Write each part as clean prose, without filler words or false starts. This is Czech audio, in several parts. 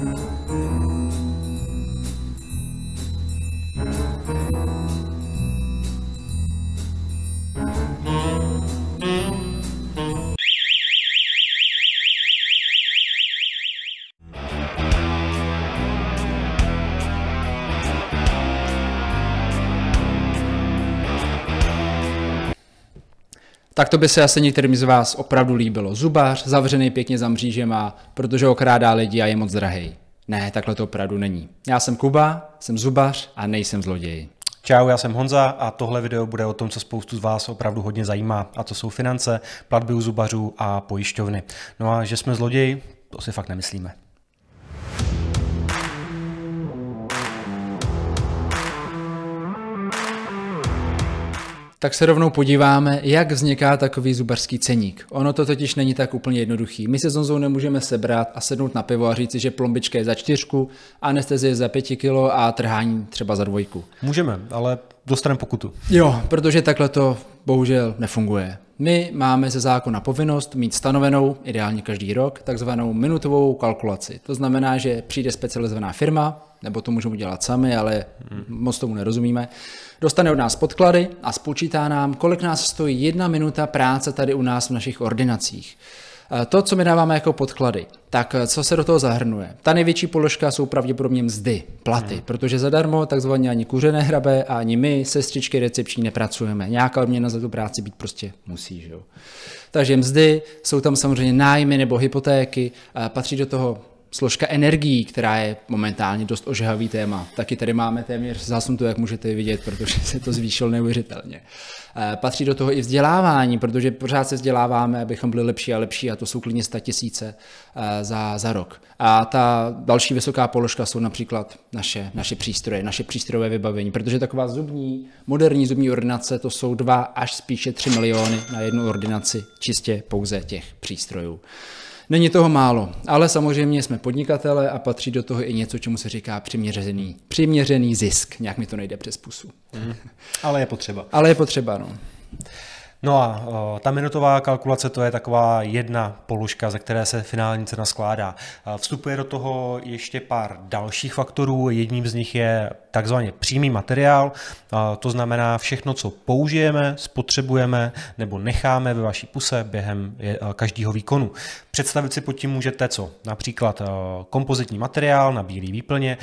Tak to by se asi některým z vás opravdu líbilo. Zubař, zavřený pěkně za mřížema, protože okrádá lidi a je moc drahej. Ne, takhle to opravdu není. Já jsem Kuba, jsem zubař a nejsem zloděj. Čau, já jsem Honza a tohle video bude o tom, co spoustu z vás opravdu hodně zajímá, a to jsou finance, platby u zubařů a pojišťovny. No a že jsme zloději, to si fakt nemyslíme. Tak se rovnou podíváme, jak vzniká takový zubařský ceník. Ono to totiž není tak úplně jednoduchý. My se s Honzou nemůžeme sebrat a sednout na pivo a říci, že plombička je za 4, anestezie za 5 kilo a trhání třeba za 2. Můžeme, ale dostaneme pokutu. Jo, protože takhle to bohužel nefunguje. My máme ze zákona povinnost mít stanovenou, ideálně každý rok, takzvanou minutovou kalkulaci. To znamená, že přijde specializovaná firma, nebo to můžeme udělat sami, ale moc tomu nerozumíme, dostane od nás podklady a spočítá nám, kolik nás stojí 1 minuta práce tady u nás v našich ordinacích. To, co my dáváme jako podklady, tak co se do toho zahrnuje? Ta největší položka jsou pravděpodobně mzdy, platy, protože zadarmo takzvaně ani kuře nehrabe a ani my, sestřičky recepční, nepracujeme. Nějaká odměna za tu práci být prostě musí, že jo. Takže mzdy, jsou tam samozřejmě nájmy nebo hypotéky, patří do toho složka energií, která je momentálně dost ožehavý téma. Taky tady máme téměř zásuntu, jak můžete vidět, protože se to zvýšilo neuvěřitelně. Patří do toho i vzdělávání, protože pořád se vzděláváme, abychom byli lepší a lepší, a to jsou klidně 100 000 za rok. A ta další vysoká položka jsou například naše přístroje, naše přístrojové vybavení, protože taková moderní zubní ordinace, to jsou 2 až spíše 3 miliony na jednu ordinaci čistě pouze těch přístrojů. Není toho málo, ale samozřejmě jsme podnikatele a patří do toho i něco, čemu se říká přiměřený zisk. Nějak mi to nejde přes pusu. Ale je potřeba. Ale je potřeba, no. No a ta minutová kalkulace, to je taková jedna položka, ze které se finální cena skládá. Vstupuje do toho ještě pár dalších faktorů. Jedním z nich je takzvaně přímý materiál, to znamená všechno, co použijeme, spotřebujeme nebo necháme ve vaší puse během každého výkonu. Představit si pod tím můžete co? Například kompozitní materiál na bílý výplně,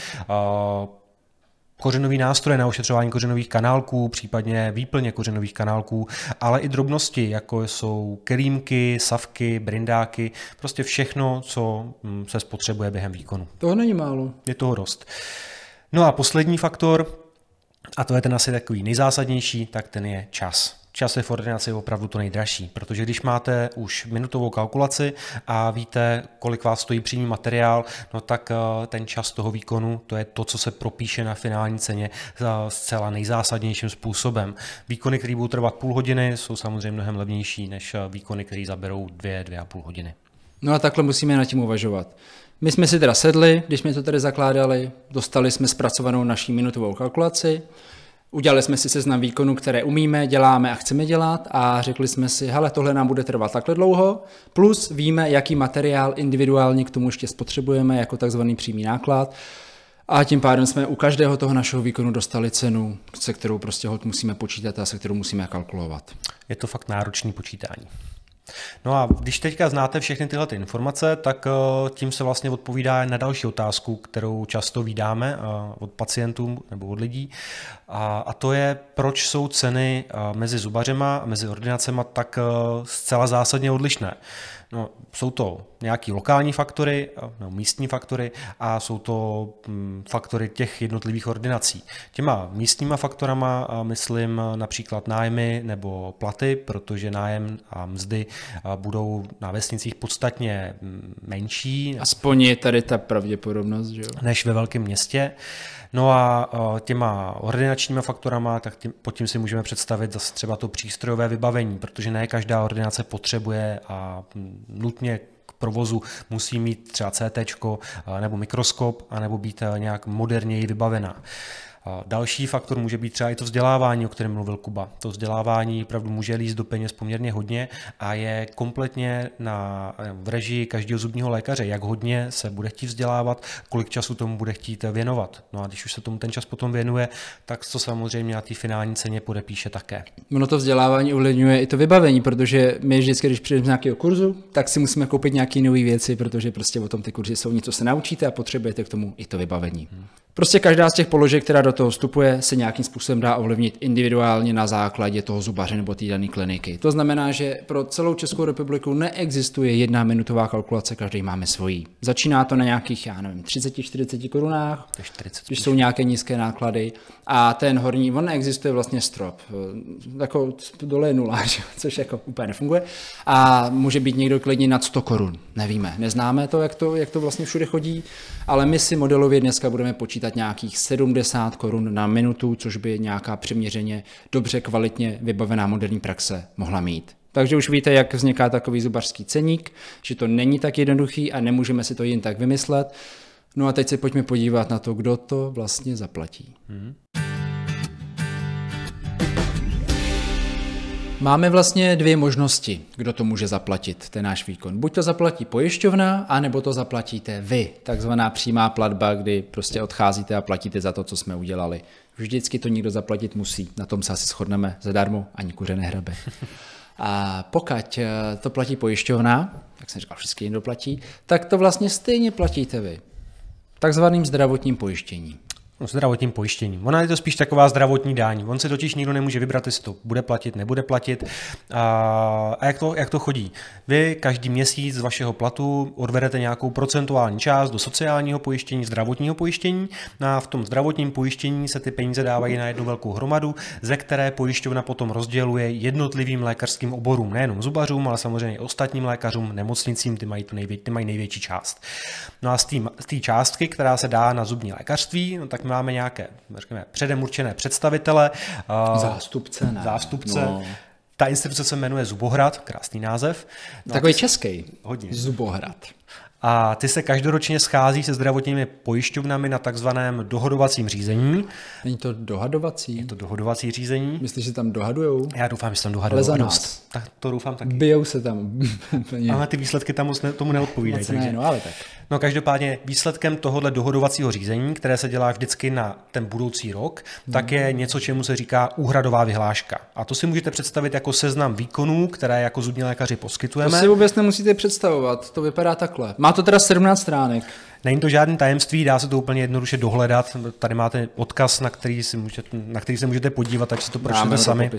kořenový nástroje na ošetřování kořenových kanálků, případně výplně kořenových kanálků, ale i drobnosti, jako jsou kelímky, savky, brindáky, prostě všechno, co se spotřebuje během výkonu. Toho není málo. Je toho dost. No a poslední faktor, a to je ten asi takový nejzásadnější, tak ten je čas. Čas je v ordinaci opravdu to nejdražší, protože když máte už minutovou kalkulaci a víte, kolik vás stojí přímý materiál, no tak ten čas toho výkonu, to je to, co se propíše na finální ceně zcela nejzásadnějším způsobem. Výkony, které budou trvat půl hodiny, jsou samozřejmě mnohem levnější než výkony, které zaberou 2,5 hodiny. No a takhle musíme nad tím uvažovat. My jsme si teda sedli, když jsme to tady zakládali, dostali jsme zpracovanou naší minutovou kalkulaci, udělali jsme si seznam výkonů, které umíme, děláme a chceme dělat, a řekli jsme si, hele, tohle nám bude trvat takhle dlouho, plus víme, jaký materiál individuálně k tomu ještě spotřebujeme jako takzvaný přímý náklad, a tím pádem jsme u každého toho našeho výkonu dostali cenu, se kterou prostě hod musíme počítat a se kterou musíme kalkulovat. Je to fakt náročný počítání. No a když teďka znáte všechny tyhle informace, tak tím se vlastně odpovídá na další otázku, kterou často vídáme od pacientů nebo od lidí, a to je, proč jsou ceny mezi zubařema a mezi ordinacema tak zcela zásadně odlišné. No, jsou to nějaký lokální faktory, nebo místní faktory, a jsou to faktory těch jednotlivých ordinací. Těma místníma faktorama myslím například nájmy nebo platy, protože nájem a mzdy budou na vesnicích podstatně menší. Aspoň je tady ta pravděpodobnost, že jo? Než ve velkém městě. No a těma ordinačníma faktorama, tak pod tím si můžeme představit zase třeba to přístrojové vybavení, protože ne každá ordinace potřebuje a nutně k provozu musí mít třeba CT nebo mikroskop, anebo být nějak moderněji vybavená. Další faktor může být třeba i to vzdělávání, o kterém mluvil Kuba. To vzdělávání opravdu může líst do peněz poměrně hodně a je kompletně v režii každého zubního lékaře, jak hodně se bude chtít vzdělávat, kolik času tomu bude chtít věnovat. No a když už se tomu ten čas potom věnuje, tak to samozřejmě na té finální ceně podepíše také. Ono to vzdělávání ovlivňuje i to vybavení, protože my vždycky, když přijdeme z nějakého kurzu, tak si musíme koupit nějaké nové věci, protože prostě o tom ty kurzy jsou, něco se naučíte a potřebujete k tomu i to vybavení. Prostě každá z těch položek, která do toho vstupuje, se nějakým způsobem dá ovlivnit individuálně na základě toho zubaře nebo té dané kliniky. To znamená, že pro celou Českou republiku neexistuje 1 minutová kalkulace, každý máme svojí. Začíná to na nějakých, 30-40 korunách, když jsou nějaké nízké náklady a ten horní, on neexistuje vlastně strop. Jako dole je 0, což jako úplně nefunguje a může být někdo klidně nad 100 korun. Nevíme, neznáme to, jak to vlastně všude chodí, ale my si modelově dneska budeme počítat nějakých 70 korun na minutu, což by nějaká přiměřeně dobře kvalitně vybavená moderní praxe mohla mít. Takže už víte, jak vzniká takový zubařský ceník, že to není tak jednoduchý a nemůžeme si to jen tak vymyslet. No a teď se pojďme podívat na to, kdo to vlastně zaplatí. Máme vlastně 2 možnosti, kdo to může zaplatit, ten náš výkon. Buď to zaplatí pojišťovna, anebo to zaplatíte vy, takzvaná přímá platba, kdy prostě odcházíte a platíte za to, co jsme udělali. Vždycky to někdo zaplatit musí, na tom se asi shodneme, zadarmo ani kuře nehrabe. A pokud to platí pojišťovna, tak jsem říkal, všichni jim doplatí, tak to vlastně stejně platíte vy, takzvaným zdravotním pojištěním. Zdravotním pojištěním. Ona je to spíš taková zdravotní daň. On si totiž nikdo nemůže vybrat, jestli to bude platit, nebude platit. A jak to chodí? Vy každý měsíc z vašeho platu odvedete nějakou procentuální část do sociálního pojištění, zdravotního pojištění. A v tom zdravotním pojištění se ty peníze dávají na jednu velkou hromadu, ze které pojišťovna potom rozděluje jednotlivým lékařským oborům, nejenom zubařům, ale samozřejmě i ostatním lékařům, nemocnicím, ty mají největší část. No a z té částky, která se dá na zubní lékařství, no tak máme nějaké, řekněme, předem určené představitele. Zástupce. No. Ta instituce se jmenuje Zubohrad, krásný název. No takový český. Hodně. Zubohrad. A ty se každoročně schází se zdravotními pojišťovnami na takzvaném dohodovacím řízení. Není to dohadovací? Je to dohodovací řízení. Myslíš, že tam dohadujou? Já doufám, že se tam dohadujou. Ale za nás. Tak to doufám taky. Bijou se tam. Ale ty výsledky tam tomu neodpovídají. Ne, no ale tak. No každopádně výsledkem tohohle dohodovacího řízení, které se dělá vždycky na ten budoucí rok, tak je něco, čemu se říká úhradová vyhláška. A to si můžete představit jako seznam výkonů, které jako zubní lékaři poskytujeme. To si vůbec nemusíte představovat, to vypadá takhle. Má to teda 17 stránek. Není to žádný tajemství, dá se to úplně jednoduše dohledat. Tady máte odkaz, na který se můžete podívat, ať si to pročtete sami.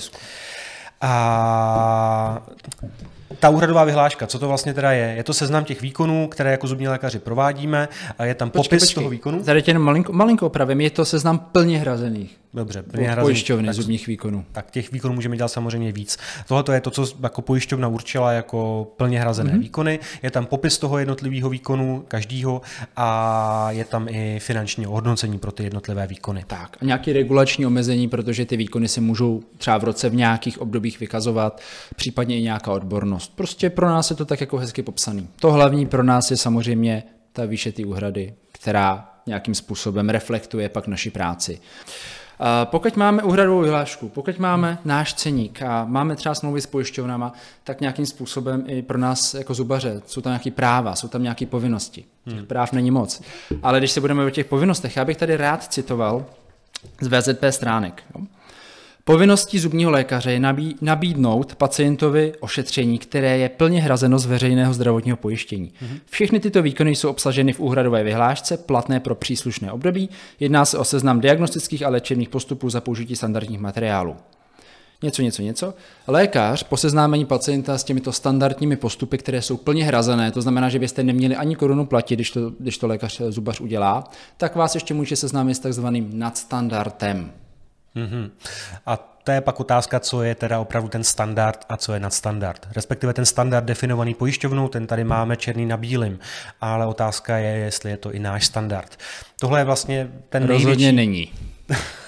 A ta úhradová vyhláška, co to vlastně teda je? Je to seznam těch výkonů, které jako zubní lékaři provádíme a je tam popis toho výkonu? Tady tě malinko opravím, je to seznam plně hrazených. Dobře, plně hrazených. Pojišťovny zubních výkonů. Tak těch výkonů můžeme dělat samozřejmě víc. Tohle je to, co jako pojišťovna určila jako plně hrazené výkony. Je tam popis toho jednotlivého výkonu, každýho, a je tam i finanční ohodnocení pro ty jednotlivé výkony. Tak, a nějaké regulační omezení, protože ty výkony se můžou třeba v roce v nějakých obdobích vykazovat, případně i nějaká odbornost. Prostě pro nás je to tak jako hezky popsaný. To hlavní pro nás je samozřejmě ta výše ty úhrady, která nějakým způsobem reflektuje pak naši práci. Pokud máme úhradovou vyhlášku, pokud máme náš ceník a máme třeba smlouvy s pojišťovnama, tak nějakým způsobem i pro nás jako zubaře jsou tam nějaké práva, jsou tam nějaké povinnosti. Těch práv není moc. Ale když se budeme o těch povinnostech, já bych tady rád citoval z VZP stránek. Povinností zubního lékaře je nabídnout pacientovi ošetření, které je plně hrazeno z veřejného zdravotního pojištění. Všechny tyto výkony jsou obsaženy v úhradové vyhlášce, platné pro příslušné období. Jedná se o seznam diagnostických a léčebných postupů za použití standardních materiálů. Něco. Lékař po seznámení pacienta s těmito standardními postupy, které jsou plně hrazené, to znamená, že byste neměli ani korunu platit, když to lékař zubař udělá, tak vás ještě může seznámit s takzvaným nadstandardem. A to je pak otázka, co je teda opravdu ten standard a co je nadstandard. Respektive ten standard definovaný pojišťovnou, ten tady máme černý na bílým, ale otázka je, jestli je to i náš standard. Tohle je vlastně ten rozhodně není.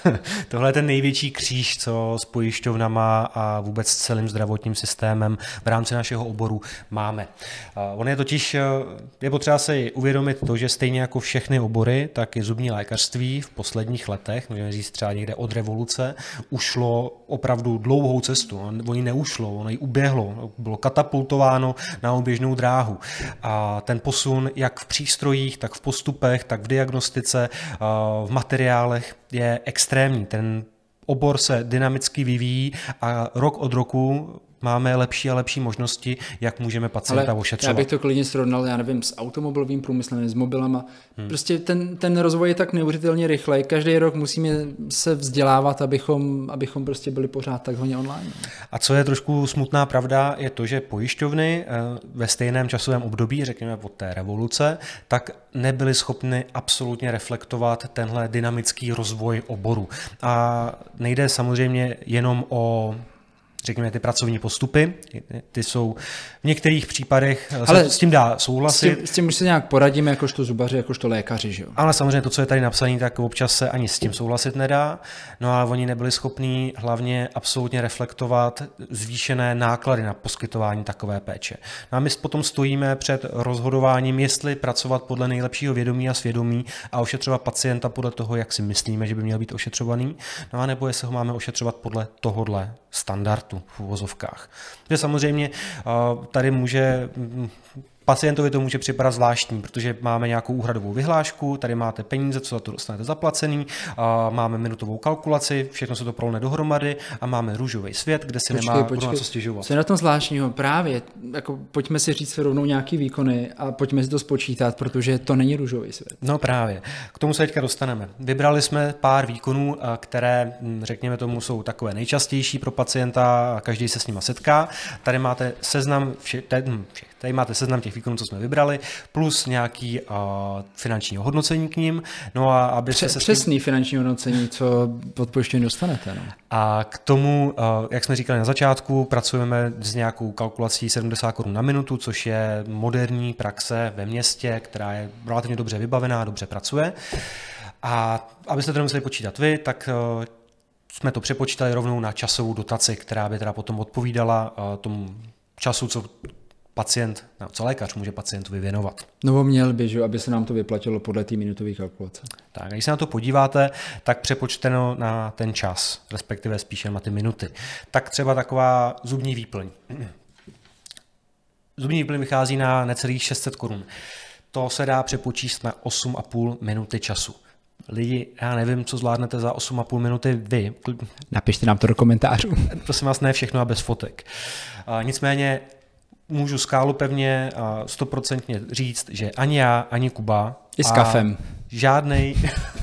Tohle je ten největší kříž, co s pojišťovnama a vůbec s celým zdravotním systémem v rámci našeho oboru máme. On je totiž, je potřeba si uvědomit to, že stejně jako všechny obory, tak i zubní lékařství v posledních letech, můžeme říct třeba někde od revoluce, ušlo opravdu dlouhou cestu. Ono ji neušlo, ono ji uběhlo, bylo katapultováno na oběžnou dráhu. A ten posun jak v přístrojích, tak v postupech, tak v diagnostice, v materiálech je extrémní. Ten obor se dynamicky vyvíjí a rok od roku máme lepší a lepší možnosti, jak můžeme pacienta ošetřovat. Já bych to klidně srovnal, já nevím, s automobilovým průmyslem, s mobilama. Prostě ten rozvoj je tak neuvěřitelně rychlej. Každý rok musíme se vzdělávat, abychom prostě byli pořád takzvaně online. A co je trošku smutná pravda, je to, že pojišťovny ve stejném časovém období, řekněme od té revoluce, tak nebyly schopny absolutně reflektovat tenhle dynamický rozvoj oboru. A nejde samozřejmě jenom o řekněme ty pracovní postupy, ty jsou v některých případech, ale s tím dá souhlasit. S tím už se nějak poradíme, jakožto zubaři, jakožto lékaři, že jo? Ale samozřejmě to, co je tady napsané, tak občas se ani s tím souhlasit nedá, no ale oni nebyli schopní hlavně absolutně reflektovat zvýšené náklady na poskytování takové péče. No a my potom stojíme před rozhodováním, jestli pracovat podle nejlepšího vědomí a svědomí a ošetřovat pacienta podle toho, jak si myslíme, že by měl být ošetřovaný, no a nebo jestli ho máme ošetřovat podle tohodle standardu v uvozovkách. Takže samozřejmě tady pacientovi to může připadat zvláštní, protože máme nějakou úhradovou vyhlášku, tady máte peníze, co za to dostanete zaplacený, máme minutovou kalkulaci, všechno se to prolne dohromady a máme růžový svět, kde si nemá na co stěžovat. Co je na tom zvláštního? Právě, jako pojďme si říct rovnou nějaký výkony a pojďme si to spočítat, protože to není růžový svět. No právě, k tomu se teďka dostaneme. Vybrali jsme pár výkonů, které, řekněme tomu, jsou takové nejčastější pro pacienta a každý se s nima setká. Tady máte seznam Tady máte seznam těch výkonů, co jsme vybrali, plus nějaký finanční hodnocení k ním. No a aby přesný finanční hodnocení, co od pojištění dostanete. No. A k tomu, jak jsme říkali na začátku, pracujeme s nějakou kalkulací 70 korun na minutu, což je moderní praxe ve městě, která je relativně dobře vybavená, dobře pracuje. A abyste to nemuseli počítat vy, tak jsme to přepočítali rovnou na časovou dotaci, která by teda potom odpovídala tomu času, co lékař může pacientovi věnovat. No měl by, že, aby se nám to vyplatilo podle té minutové kalkulace. Tak, a když se na to podíváte, tak přepočteno na ten čas, respektive spíše na ty minuty. Tak třeba taková zubní výplň. Zubní výplň vychází na necelých 600 korun. To se dá přepočíst na 8,5 minuty času. Lidi, já nevím, co zvládnete za 8,5 minuty vy. Napište nám to do komentářů. Prosím vás, ne všechno a bez fotek. Nicméně můžu skálupevně a 100% říct, že ani já, ani Kuba. I s kafem. Žádnej.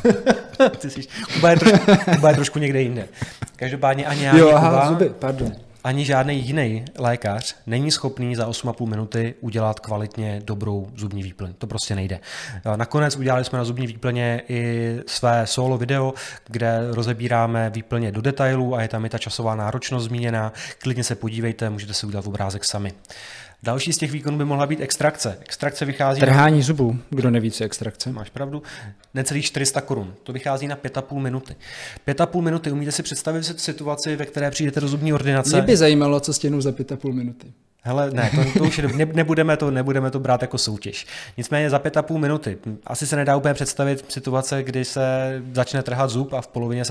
Kuba je trošku někde jinde. Každopádně ani já, ani Kuba. Zuby, pardon. Ani žádný jiný lékař není schopný za 8,5 minuty udělat kvalitně dobrou zubní výplň. To prostě nejde. Nakonec udělali jsme na zubní výplně i své solo video, kde rozebíráme výplně do detailů a je tam i ta časová náročnost zmíněná. Klidně se podívejte, můžete si udělat obrázek sami. Další z těch výkonů by mohla být extrakce. Extrakce vychází trhání zubů, kdo neví, co je extrakce. Máš pravdu. Necelých 400 korun. To vychází na 5,5 minuty. 5,5 minuty, umíte si představit situaci, ve které přijdete do zubní ordinace? Mě by zajímalo, co stěnu za 5,5 minuty. Hele, ne, to už nebudeme to brát jako soutěž. Nicméně za 5,5 minuty. Asi se nedá úplně představit situace, kdy se začne trhat zub a v polovině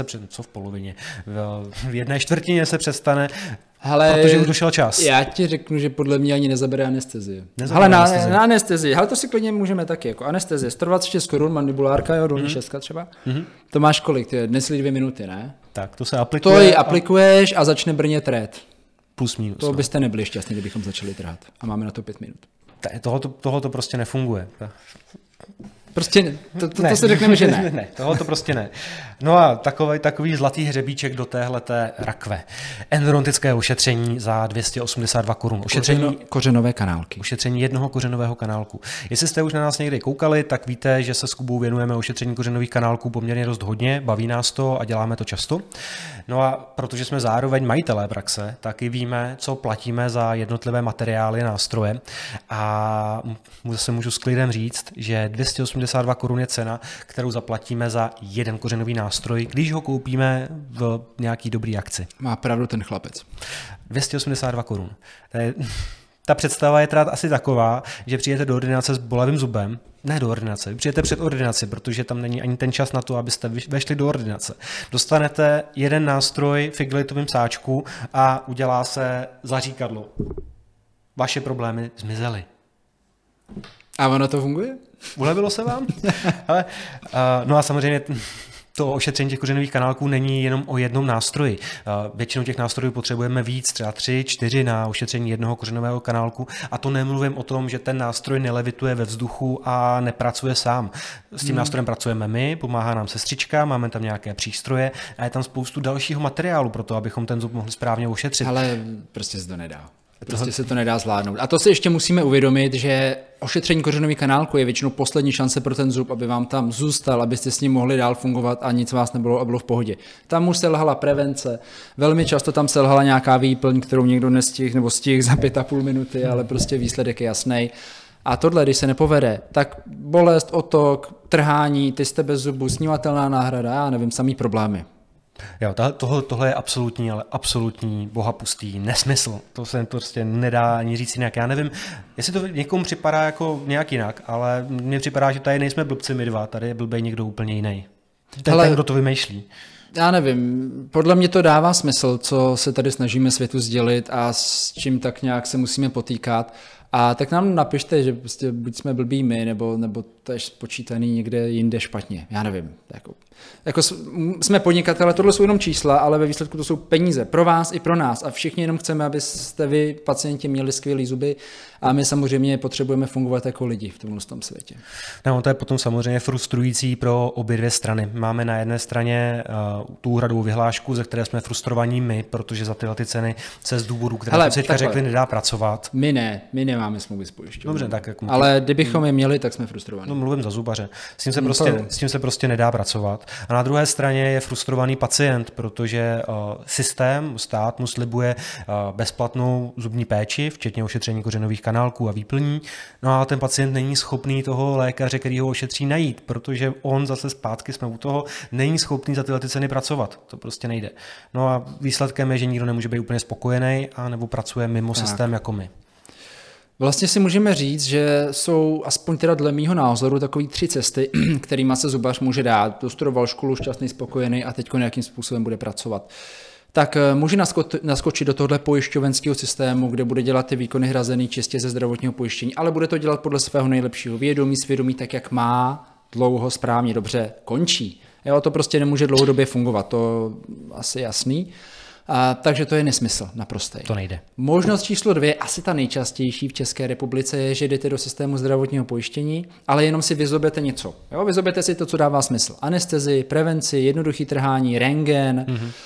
v jedné čtvrtině se přestane, protože už došel čas. Já ti řeknu, že podle mě ani nezabere anestezie. Na anestezii. Hele, to si klidně můžeme taky, jako anestezie. 126 korun, mandibulárka, jo, dolní šestka třeba. To máš kolik, ty dnes 2 minuty, ne? Tak, to se aplikuje. To ji aplikuješ a začne brnět red. Plus minus. To byste nebyli šťastní, kdybychom začali trhat. A máme na to 5 minut. Tohle to prostě nefunguje. Prostě to si řekneme, že ne. Ne, tohle to prostě ne. No a takový zlatý hřebíček do téhleté rakve. Endodontické ošetření za 282 korun. Kořenové kanálky. Ošetření jednoho kořenového kanálku. Jestli jste už na nás někdy koukali, tak víte, že se s Kubou věnujeme ošetření kořenových kanálků poměrně dost hodně, baví nás to a děláme to často. No a protože jsme zároveň majitelé praxe, tak i víme, co platíme za jednotlivé materiály, nástroje a zase můžu s klidem říct, že 282 282 korun je cena, kterou zaplatíme za jeden kořenový nástroj, když ho koupíme v nějaký dobrý akci. Má pravdu ten chlapec. 282 korun. Ta představa je teda asi taková, že přijdete do ordinace s bolavým zubem, ne do ordinace, přijete před ordinaci, protože tam není ani ten čas na to, abyste vešli do ordinace. Dostanete jeden nástroj v igelitovém sáčku a udělá se zaříkadlo. Vaše problémy zmizely. A ono to funguje? Ulevilo se vám? Ale, no a samozřejmě to ošetření těch kořenových kanálků není jenom o jednom nástroji. Většinou těch nástrojů potřebujeme víc, třeba 3, 4 na ošetření jednoho kořenového kanálku a to nemluvím o tom, že ten nástroj nelevituje ve vzduchu a nepracuje sám. S tím nástrojem pracujeme my, pomáhá nám sestřička, máme tam nějaké přístroje a je tam spoustu dalšího materiálu pro to, abychom ten zub mohli správně ošetřit. Ale prostě se to nedá. Prostě se to nedá zvládnout. A to si ještě musíme uvědomit, že ošetření kořenových kanálků je většinou poslední šance pro ten zub, aby vám tam zůstal, abyste s ním mohli dál fungovat a nic vás nebylo a bylo v pohodě. Tam už selhala prevence, velmi často tam selhala nějaká výplň, kterou někdo nestihl nebo stihl za 5,5 minuty, ale prostě výsledek je jasný. A tohle, když se nepovede, tak bolest, otok, trhání, ty jste bez zubu, snímatelná náhrada, já nevím, samý problémy. Jo, tohle je absolutní, ale absolutní bohapustý nesmysl. To se prostě nedá ani říct jinak. Já nevím, jestli to někomu připadá jako nějak jinak, ale mně připadá, že tady nejsme blbci my dva, tady je blbej někdo úplně jiný. Ten, kdo to vymýšlí. Já nevím, podle mě to dává smysl, co se tady snažíme světu sdělit a s čím tak nějak se musíme potýkat. A tak nám napište, že prostě buď jsme blbí my, nebo to je spočítaný někde jinde špatně. Já nevím. Jako jsme podnikatelé, tohle jsou jenom čísla, ale ve výsledku to jsou peníze pro vás i pro nás. A všichni jenom chceme, abyste vy, pacienti, měli skvělý zuby a my samozřejmě potřebujeme fungovat jako lidi v tomhle světě. No, to je potom samozřejmě frustrující pro obě dvě strany. Máme na jedné straně tu úhradovou vyhlášku, ze které jsme frustrovaní my, protože za tyhle ty ceny se z důvodů, které jsme si řekli, nedá pracovat. My nemáme smlouvy s pojišťovnou. Dobře, tak jako ale kdybychom je měli, tak jsme frustrovaní. No, mluvím za zubaře. S tím se prostě nedá pracovat. A na druhé straně je frustrovaný pacient, protože systém, stát mu slibuje bezplatnou zubní péči, včetně ošetření kořenových kanálků a výplní. No a ten pacient není schopný toho lékaře, který ho ošetří, najít, protože on zase zpátky jsme u toho, není schopný za tyhle ty ceny pracovat. To prostě nejde. No a výsledkem je, že nikdo nemůže být úplně spokojený a nebo pracuje mimo systém jako my. Vlastně si můžeme říct, že jsou aspoň teda dle mýho názoru takový 3 cesty, kterýma se zubař může dát. Dostudoval školu, šťastný, spokojený a teď nějakým způsobem bude pracovat. Tak může naskočit do tohle pojišťovenského systému, kde bude dělat ty výkony hrazený čistě ze zdravotního pojištění, ale bude to dělat podle svého nejlepšího vědomí, svědomí, tak jak má, dlouho, správně, dobře, končí. Jo, to prostě nemůže dlouhodobě fungovat, to asi jasný. Takže to je nesmysl naprostý. To nejde. Možnost číslo 2, asi ta nejčastější v České republice, je, že jdete do systému zdravotního pojištění, ale jenom si vyzobete něco. Jo? Vyzobete si to, co dává smysl. Anestezi, prevenci, jednoduchý trhání, rentgen,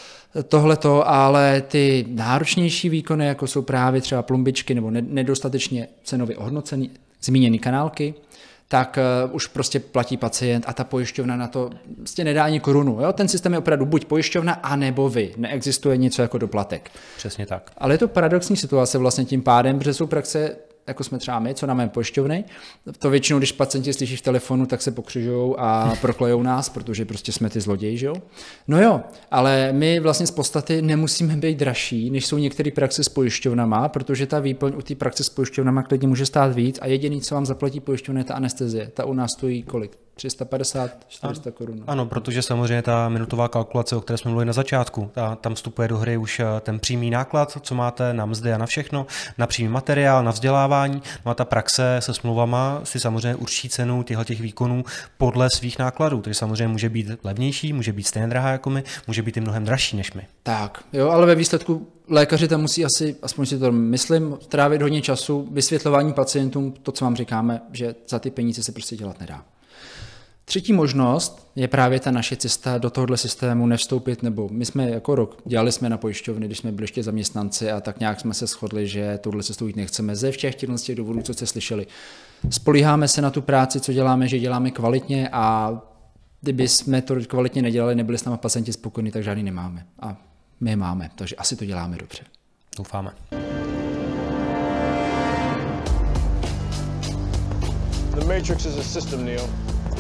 tohleto, ale ty náročnější výkony, jako jsou právě třeba plombičky nebo nedostatečně cenově ohodnocený, zmíněný kanálky, tak už prostě platí pacient a ta pojišťovna na to prostě nedá ani korunu. Jo? Ten systém je opravdu buď pojišťovna, anebo vy. Neexistuje něco jako doplatek. Přesně tak. Ale je to paradoxní situace vlastně tím pádem, protože jsou praxe, jako jsme třeba my, co máme pojišťovny. To většinou, když pacienti slyší v telefonu, tak se pokřižujou a proklejou nás, protože prostě jsme ty zloději, že jo? No jo, ale my vlastně z podstaty nemusíme být dražší, než jsou některé praxe s pojišťovnama, protože ta výplň u té praxe s pojišťovnama klidně může stát víc a jediný, co vám zaplatí pojišťovna, je ta anestezie. Ta u nás stojí kolik? 350, 400 korun. Ano, protože samozřejmě ta minutová kalkulace, o které jsme mluvili na začátku, tam vstupuje do hry už ten přímý náklad, co máte na mzdy a na všechno, na přímý materiál, na vzdělávání. No a ta praxe se smlouvama si samozřejmě určí cenu těch výkonů podle svých nákladů. Takže samozřejmě může být levnější, může být stejně drahá jako my, může být i mnohem dražší než my. Tak, jo, ale ve výsledku lékaři tam musí asi, aspoň si to myslím, trávit hodně času vysvětlování pacientům to, co vám říkáme, že za ty peníze se prostě dělat nedá. Třetí možnost je právě ta naše cesta do tohohle systému nevstoupit, nebo my jsme jako rok dělali jsme na pojišťovny, když jsme byli ještě zaměstnanci a tak nějak jsme se shodli, že tohle cestou jít nechceme ze všech těch důvodů, co jste slyšeli. Spolíháme se na tu práci, co děláme, že děláme kvalitně a kdyby jsme to kvalitně nedělali, nebyli s námi pacienti spokojení, tak žádný nemáme. A my je máme, takže asi to děláme dobře. Doufáme. The Matrix is a system, Neo.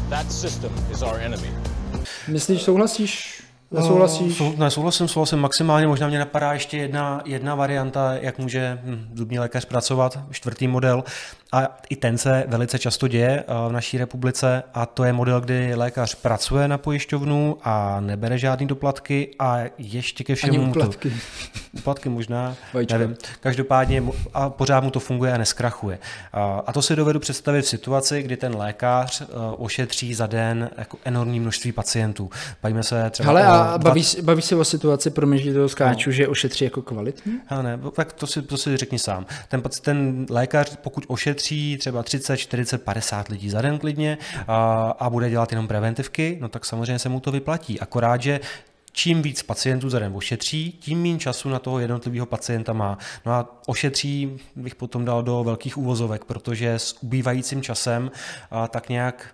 That system is our enemy. Myslíš, souhlasíš? Nesouhlasíš? Souhlasím maximálně. Možná mě napadá ještě jedna varianta, jak může zubní lékař pracovat, 4. model. A i ten se velice často děje v naší republice a to je model, kdy lékař pracuje na pojišťovnu a nebere žádný doplatky a ještě ke všemu... Ani úplatky. Úplatky možná, Vajíčka. nevím. Každopádně a pořád mu to funguje a neskrachuje. A to si dovedu představit v situaci, kdy ten lékař ošetří za den jako enormní množství pacientů. Bavíme se třeba Hele, a bavíš se o situaci, promiň, že toho skáču, že ošetří jako kvalitní? Ne, tak to si řekni sám. Ten lékař, pokud ošetří třeba 30, 40, 50 lidí za den klidně a bude dělat jenom preventivky, no tak samozřejmě se mu to vyplatí. Akorát, že čím víc pacientů za den ošetří, tím méně času na toho jednotlivého pacienta má. No a ošetří bych potom dal do velkých uvozovek, protože s ubývajícím časem tak nějak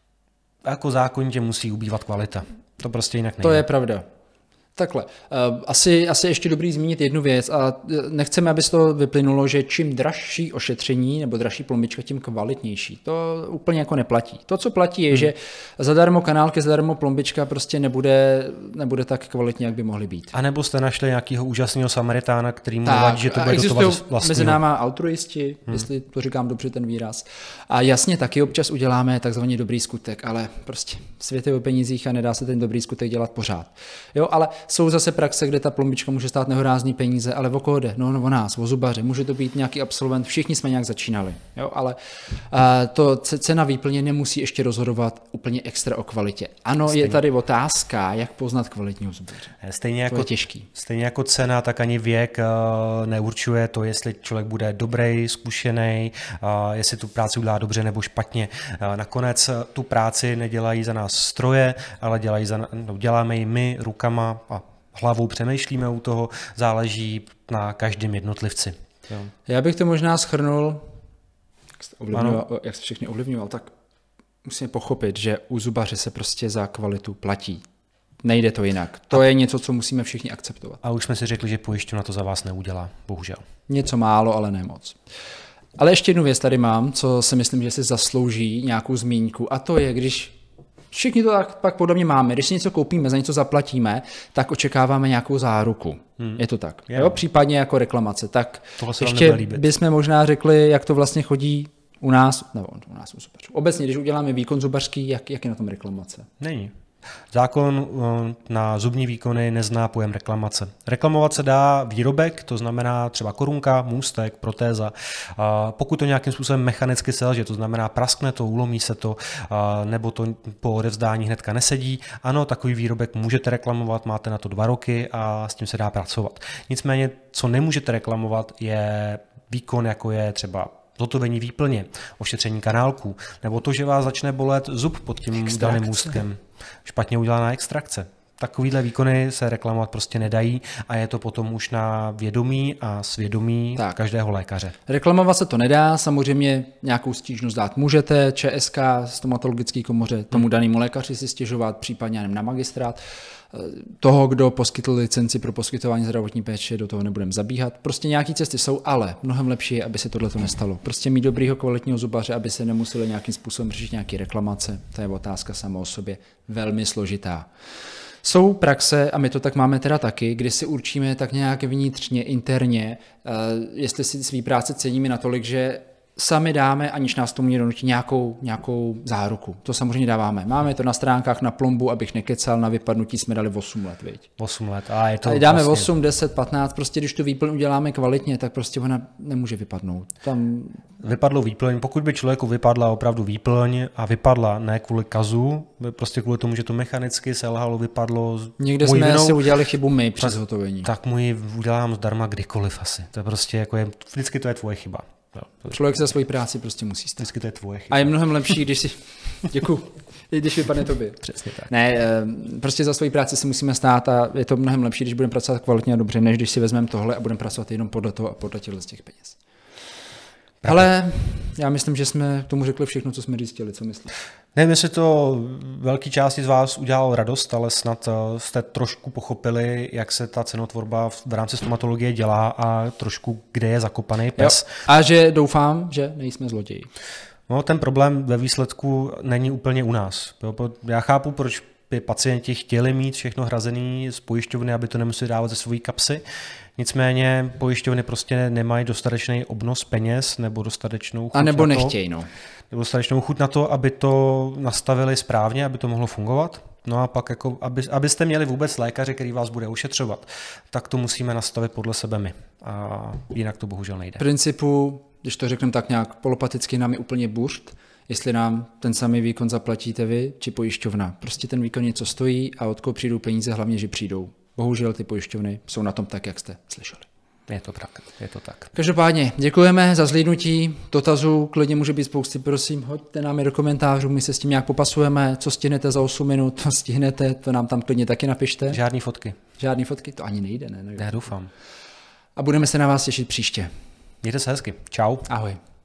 jako zákonitě musí ubývat kvalita. To prostě jinak nejde. To je pravda. Takhle. Asi ještě dobrý zmínit jednu věc a nechceme, aby z toho vyplynulo, že čím dražší ošetření nebo dražší plombička, tím kvalitnější. To úplně jako neplatí. To, co platí, je, že zadarmo kanálky, zadarmo plombička prostě nebude tak kvalitně, jak by mohly být. A nebo jste našli nějakého úžasného Samaritána, který mu nevadí, že to bude dotovat vlastního. Mezi náma altruisti, jestli to říkám dobře ten výraz. A jasně, taky občas uděláme takzvaný dobrý skutek, ale prostě svět je o penězích a nedá se ten dobrý skutek dělat pořád. Jo, ale jsou zase praxe, kde ta plombička může stát nehorázný peníze, ale o koho jde? No o nás, o zubaře, může to být nějaký absolvent, všichni jsme nějak začínali, jo, ale to cena výplně nemusí ještě rozhodovat úplně extra o kvalitě. Ano, je tady otázka, jak poznat kvalitního zubaře. To je těžký. Stejně jako cena, tak ani věk neurčuje to, jestli člověk bude dobrý, zkušený, jestli tu práci udělá dobře nebo špatně. Nakonec tu práci nedělají za nás stroje, ale děláme ji my rukama a hlavou přemýšlíme u toho, záleží na každém jednotlivci. Jo. Já bych to možná shrnul, jak se všechny ovlivňoval, tak musíme pochopit, že u zubaře se prostě za kvalitu platí. Nejde to jinak. To je něco, co musíme všichni akceptovat. A už jsme si řekli, že pojišťovna to za vás neudělá, bohužel. Něco málo, ale ne moc. Ale ještě jednu věc tady mám, co si myslím, že si zaslouží nějakou zmínku, a to je, když všichni to tak pak podle mě máme. Když si něco koupíme, za něco zaplatíme, tak očekáváme nějakou záruku. Je to tak. Jo, případně jako reklamace. Tak ještě bychom možná řekli, jak to vlastně chodí u nás, nebo u nás u zubařů. Obecně, když uděláme výkon zubařský, jak je na tom reklamace? Není. Zákon na zubní výkony nezná pojem reklamace. Reklamovat se dá výrobek, to znamená třeba korunka, můstek, protéza. Pokud to nějakým způsobem mechanicky selže, to znamená praskne to, ulomí se to, nebo to po odevzdání hnedka nesedí, ano, takový výrobek můžete reklamovat, máte na to 2 roky a s tím se dá pracovat. Nicméně, co nemůžete reklamovat, je výkon, jako je třeba zotovení výplně, ošetření kanálků, nebo to, že vás začne bolet zub pod tím daným můstkem. Špatně udělaná extrakce. Takovýhle výkony se reklamovat prostě nedají a je to potom už na vědomí a svědomí každého lékaře. Reklamovat se to nedá, samozřejmě nějakou stížnost dát můžete, ČSK, stomatologické komoře, tomu danému lékaři si stěžovat, případně na magistrát. Toho, kdo poskytl licenci pro poskytování zdravotní péče, do toho nebudeme zabíhat. Prostě nějaké cesty jsou, ale mnohem lepší je, aby se tohle nestalo. Prostě mít dobrýho kvalitního zubaře, aby se nemuseli nějakým způsobem řešit nějaké reklamace. To je otázka sama o sobě velmi složitá. Jsou praxe, a my to tak máme teda taky, kdy si určíme tak nějak vnitřně, interně, jestli si svý práce ceníme natolik, že sami dáme, aniž nás tomu někdo nutí, nějakou záruku. To samozřejmě dáváme. Máme to na stránkách na plombu, abych nekecal, na vypadnutí jsme dali 8 let, viď? 8 let. A je to a dáme vlastně 8, 10, 15, prostě když tu výplň uděláme kvalitně, tak prostě ona nemůže vypadnout. Vypadlo výplň, pokud by člověku vypadla opravdu výplň a vypadla ne kvůli kazu, prostě kvůli tomu, že to mechanicky selhalo, vypadlo. Někde jsme si udělali chybu my při zhotovení. Tak mu ji udělám zdarma kdykoliv asi. To je prostě jako vždycky to je tvoje chyba. Člověk za svoji práci prostě musí stát. Vždycky to je tvoje chyba. A je mnohem lepší, když si... Děkuju. Když vypadne tobě. Přesně tak. Ne, prostě za svoji práci si musíme stát a je to mnohem lepší, když budeme pracovat kvalitně a dobře, než když si vezmeme tohle a budeme pracovat jenom podle toho a podle těch peněz. Ale já myslím, že jsme tomu řekli všechno, co jsme zjistili. Co myslíš? Nevím, jestli to velké části z vás udělalo radost, ale snad jste trošku pochopili, jak se ta cenotvorba v rámci stomatologie dělá a trošku, kde je zakopaný pes. Jo. A že doufám, že nejsme zloději. No, ten problém ve výsledku není úplně u nás. Já chápu, proč by pacienti chtěli mít všechno hrazené z pojišťovny, aby to nemuseli dávat ze své kapsy. Nicméně pojišťovny prostě nemají dostatečný obnos peněz nebo dostatečnou chuť a nebo na to, nechtějí, no. Nebo dostatečnou chuť na to, aby to nastavili správně, aby to mohlo fungovat. No a pak, jako, abyste měli vůbec lékaře, který vás bude ošetřovat, tak to musíme nastavit podle sebe my. A jinak to bohužel nejde. V principu, když to řekneme tak nějak polopaticky, nám je úplně burst, jestli nám ten samý výkon zaplatíte vy či pojišťovna. Prostě ten výkon něco stojí a odkud přijdou peníze, hlavně, že přijdou. Bohužel ty pojišťovny jsou na tom tak, jak jste slyšeli. Je to tak, je to tak. Každopádně děkujeme za zhlídnutí, dotazů, klidně může být spousty, prosím, hoďte nám je do komentářů, my se s tím nějak popasujeme, co stihnete za 8 minut, to stihnete, to nám tam klidně taky napište. Žádný fotky. Žádný fotky, to ani nejde, ne? Já doufám. A budeme se na vás těšit příště. Mějte se hezky. Čau. Ahoj.